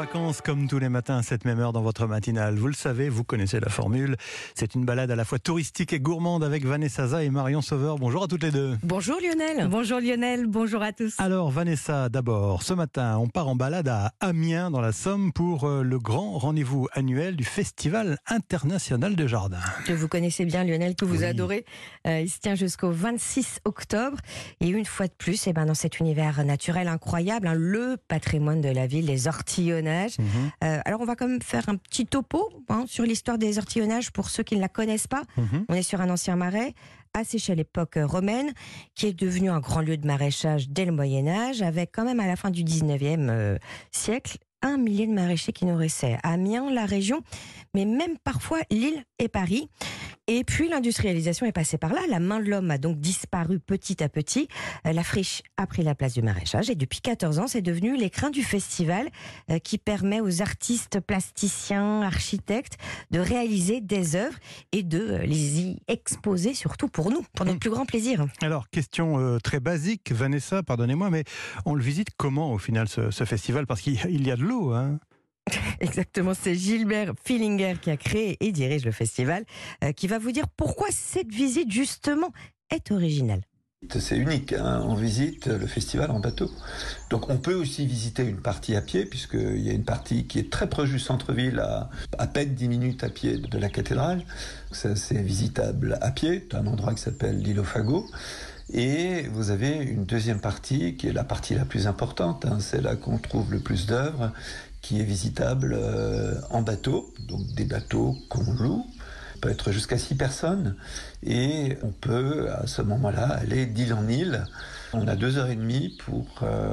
vacances comme tous les matins à cette même heure dans votre matinale. Vous le savez, vous connaissez la formule. C'est une balade à la fois touristique et gourmande avec Vanessa Zaza et Marion Sauveur. Bonjour à toutes les deux. Bonjour Lionel. Bonjour Lionel, bonjour à tous. Alors Vanessa, d'abord, ce matin, on part en balade à Amiens dans la Somme pour le grand rendez-vous annuel du Festival international de jardin. Que vous connaissez bien Lionel, que vous Oui. adorez. Il se tient jusqu'au 26 octobre. Et une fois de plus, dans cet univers naturel incroyable, le patrimoine de la ville, les ortillonnages. Alors on va quand même faire un petit topo sur l'histoire des ortillonnages pour ceux qui ne la connaissent pas. On est sur un ancien marais, asséché à l'époque romaine, qui est devenu un grand lieu de maraîchage dès le Moyen-Âge, avec quand même à la fin du 19e siècle, 1 millier de maraîchers qui nourrissaient Amiens, la région, mais même parfois Lille et Paris. Et puis l'industrialisation est passée par là, la main de l'homme a donc disparu petit à petit, la friche a pris la place du maraîchage et depuis 14 ans c'est devenu l'écrin du festival qui permet aux artistes, plasticiens, architectes de réaliser des œuvres et de les y exposer surtout pour nous, pour notre plus grand plaisir. Alors, question très basique, Vanessa, pardonnez-moi, mais on le visite comment au final ce festival? Parce qu'il y a de l'eau, hein. Exactement, c'est Gilbert Fillinger qui a créé et dirige le festival, qui va vous dire pourquoi cette visite justement est originale. C'est unique, on visite le festival en bateau. Donc on peut aussi visiter une partie à pied, puisqu'il y a une partie qui est très proche du centre-ville, à peine 10 minutes à pied de la cathédrale. Ça, c'est visitable à pied, c'est un endroit qui s'appelle l'île aux Fagots. Et vous avez une deuxième partie, qui est la partie la plus importante, c'est là qu'on trouve le plus d'œuvres, qui est visitable en bateau, donc des bateaux qu'on loue. On peut être jusqu'à 6 personnes et on peut à ce moment-là aller d'île en île. On a 2h30 pour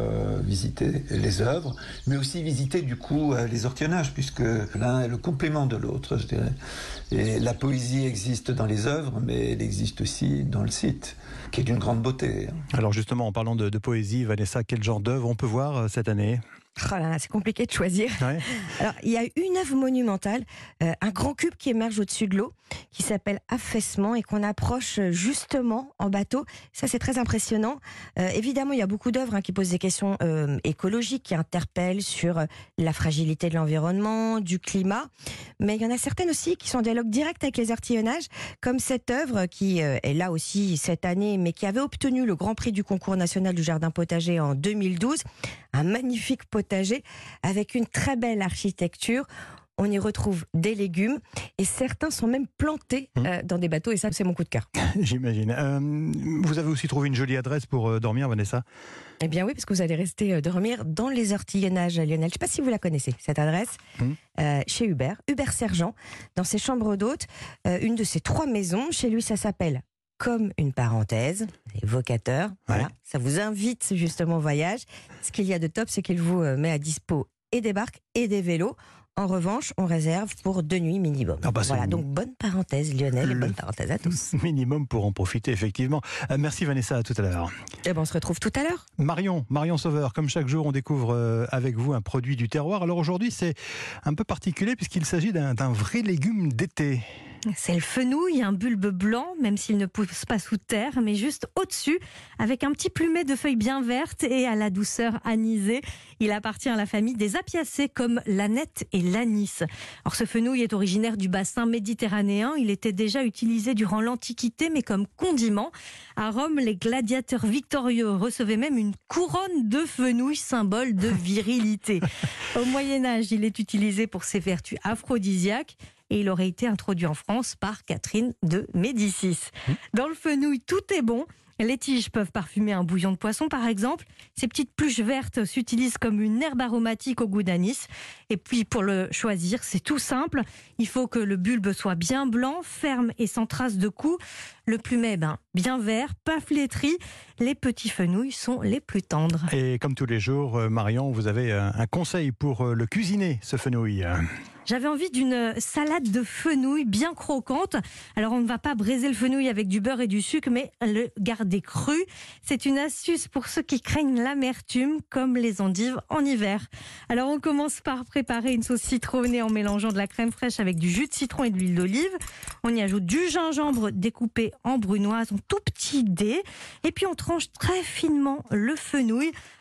visiter les œuvres, mais aussi visiter du coup les ortillonnages, puisque l'un est le complément de l'autre, je dirais. Et la poésie existe dans les œuvres, mais elle existe aussi dans le site, qui est d'une grande beauté. Alors justement, en parlant de poésie, Vanessa, quel genre d'œuvre on peut voir cette année? Oh là là, c'est compliqué de choisir. Ouais. Alors, il y a une œuvre monumentale, un grand cube qui émerge au-dessus de l'eau, qui s'appelle Affaissement et qu'on approche justement en bateau. Ça, c'est très impressionnant. Évidemment, il y a beaucoup d'œuvres qui posent des questions écologiques, qui interpellent sur la fragilité de l'environnement, du climat. Mais il y en a certaines aussi qui sont en dialogue direct avec les ortillonnages, comme cette œuvre qui est là aussi cette année, mais qui avait obtenu le Grand Prix du concours national du jardin potager en 2012. Un magnifique potager avec une très belle architecture. On y retrouve des légumes et certains sont même plantés dans des bateaux et ça, c'est mon coup de cœur. J'imagine. Vous avez aussi trouvé une jolie adresse pour dormir, Vanessa? Eh bien oui, parce que vous allez rester dormir dans les ortillonnages, Lionel. Je ne sais pas si vous la connaissez, cette adresse. Chez Hubert Sergent, dans ses chambres d'hôtes, une de ses 3 maisons. Chez lui, ça s'appelle Comme une parenthèse, évocateur. Voilà. Ça vous invite justement au voyage. Ce qu'il y a de top, c'est qu'il vous met à dispo et des barques et des vélos. En revanche, on réserve pour 2 nuits minimum. Voilà, donc bonne parenthèse Lionel et bonne parenthèse à tous. Minimum pour en profiter, effectivement. Merci Vanessa, à tout à l'heure. Et on se retrouve tout à l'heure. Marion Sauveur, comme chaque jour, on découvre avec vous un produit du terroir. Alors aujourd'hui, c'est un peu particulier puisqu'il s'agit d'un vrai légume d'été. C'est le fenouil, un bulbe blanc, même s'il ne pousse pas sous terre, mais juste au-dessus, avec un petit plumet de feuilles bien vertes et à la douceur anisée. Il appartient à la famille des apiacées comme l'aneth et l'anis. Alors ce fenouil est originaire du bassin méditerranéen. Il était déjà utilisé durant l'Antiquité, mais comme condiment. À Rome, les gladiateurs victorieux recevaient même une couronne de fenouil, symbole de virilité. Au Moyen-Âge, il est utilisé pour ses vertus aphrodisiaques. Et il aurait été introduit en France par Catherine de Médicis. Dans le fenouil, tout est bon. Les tiges peuvent parfumer un bouillon de poisson, par exemple. Ces petites pluches vertes s'utilisent comme une herbe aromatique au goût d'anis. Et puis, pour le choisir, c'est tout simple. Il faut que le bulbe soit bien blanc, ferme et sans trace de coups. Le plumet, bien vert, pas flétri. Les petits fenouils sont les plus tendres. Et comme tous les jours, Marion, vous avez un conseil pour le cuisiner, ce fenouil. J'avais envie d'une salade de fenouil bien croquante. Alors on ne va pas braiser le fenouil avec du beurre et du sucre, mais le garder cru. C'est une astuce pour ceux qui craignent l'amertume, comme les endives en hiver. Alors on commence par préparer une sauce citronnée en mélangeant de la crème fraîche avec du jus de citron et de l'huile d'olive. On y ajoute du gingembre découpé en brunoise, en tout petits dés. Et puis on tranche très finement le fenouil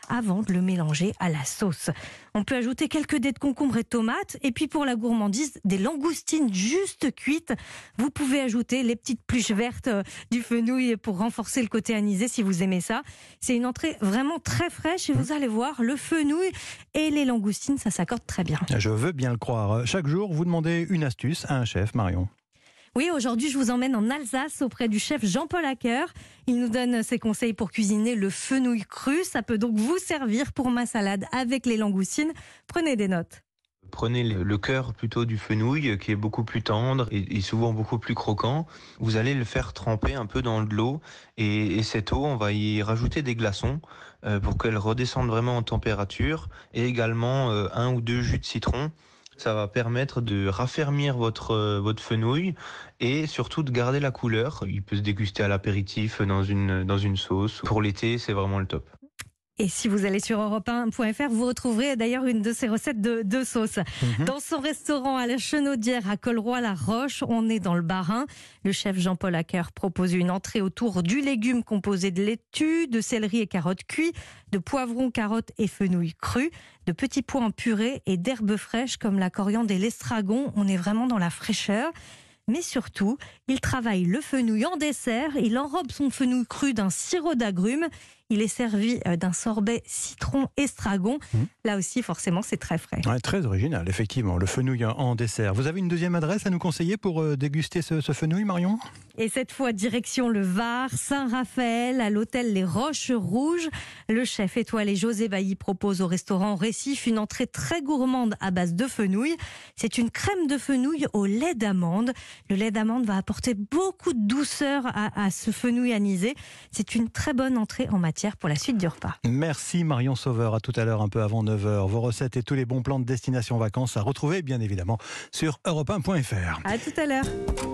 avant de le mélanger à la sauce. On peut ajouter quelques dés de concombre et de tomates. Et puis pour la gourmandise, des langoustines juste cuites. Vous pouvez ajouter les petites pluches vertes du fenouil pour renforcer le côté anisé si vous aimez ça. C'est une entrée vraiment très fraîche et vous allez voir, le fenouil et les langoustines, ça s'accorde très bien. Je veux bien le croire. Chaque jour, vous demandez une astuce à un chef, Marion. Oui, aujourd'hui, je vous emmène en Alsace auprès du chef Jean-Paul Acker. Il nous donne ses conseils pour cuisiner le fenouil cru. Ça peut donc vous servir pour ma salade avec les langoustines. Prenez des notes. Prenez le cœur plutôt du fenouil qui est beaucoup plus tendre et souvent beaucoup plus croquant. Vous allez le faire tremper un peu dans de l'eau et cette eau, on va y rajouter des glaçons pour qu'elle redescende vraiment en température et également 1 ou 2 jus de citron. Ça va permettre de raffermir votre fenouil et surtout de garder la couleur. Il peut se déguster à l'apéritif dans une sauce. Pour l'été, c'est vraiment le top. Et si vous allez sur europe1.fr, vous retrouverez d'ailleurs une de ces recettes de sauce. Dans son restaurant à la Chenaudière, à Colroy-la-Roche, on est dans le Bas-Rhin. Le chef Jean-Paul Acker propose une entrée autour du légume composé de laitue, de céleri et carottes cuits, de poivrons, carottes et fenouil crus, de petits pois en purée et d'herbes fraîches comme la coriandre et l'estragon. On est vraiment dans la fraîcheur. Mais surtout, il travaille le fenouil en dessert. Il enrobe son fenouil cru d'un sirop d'agrumes. Il est servi d'un sorbet citron-estragon. Là aussi, forcément, c'est très frais. Ouais, très original, effectivement, le fenouil en dessert. Vous avez une deuxième adresse à nous conseiller pour déguster ce fenouil, Marion ? Et cette fois, direction le Var, Saint-Raphaël, à l'hôtel Les Roches Rouges. Le chef étoilé José Bailly propose au restaurant Récif une entrée très gourmande à base de fenouil. C'est une crème de fenouil au lait d'amande. Le lait d'amande va apporter beaucoup de douceur à ce fenouil anisé. C'est une très bonne entrée en matière pour la suite du repas. Merci Marion Sauveur, à tout à l'heure un peu avant 9h. Vos recettes et tous les bons plans de destination vacances à retrouver bien évidemment sur europe1.fr. À tout à l'heure.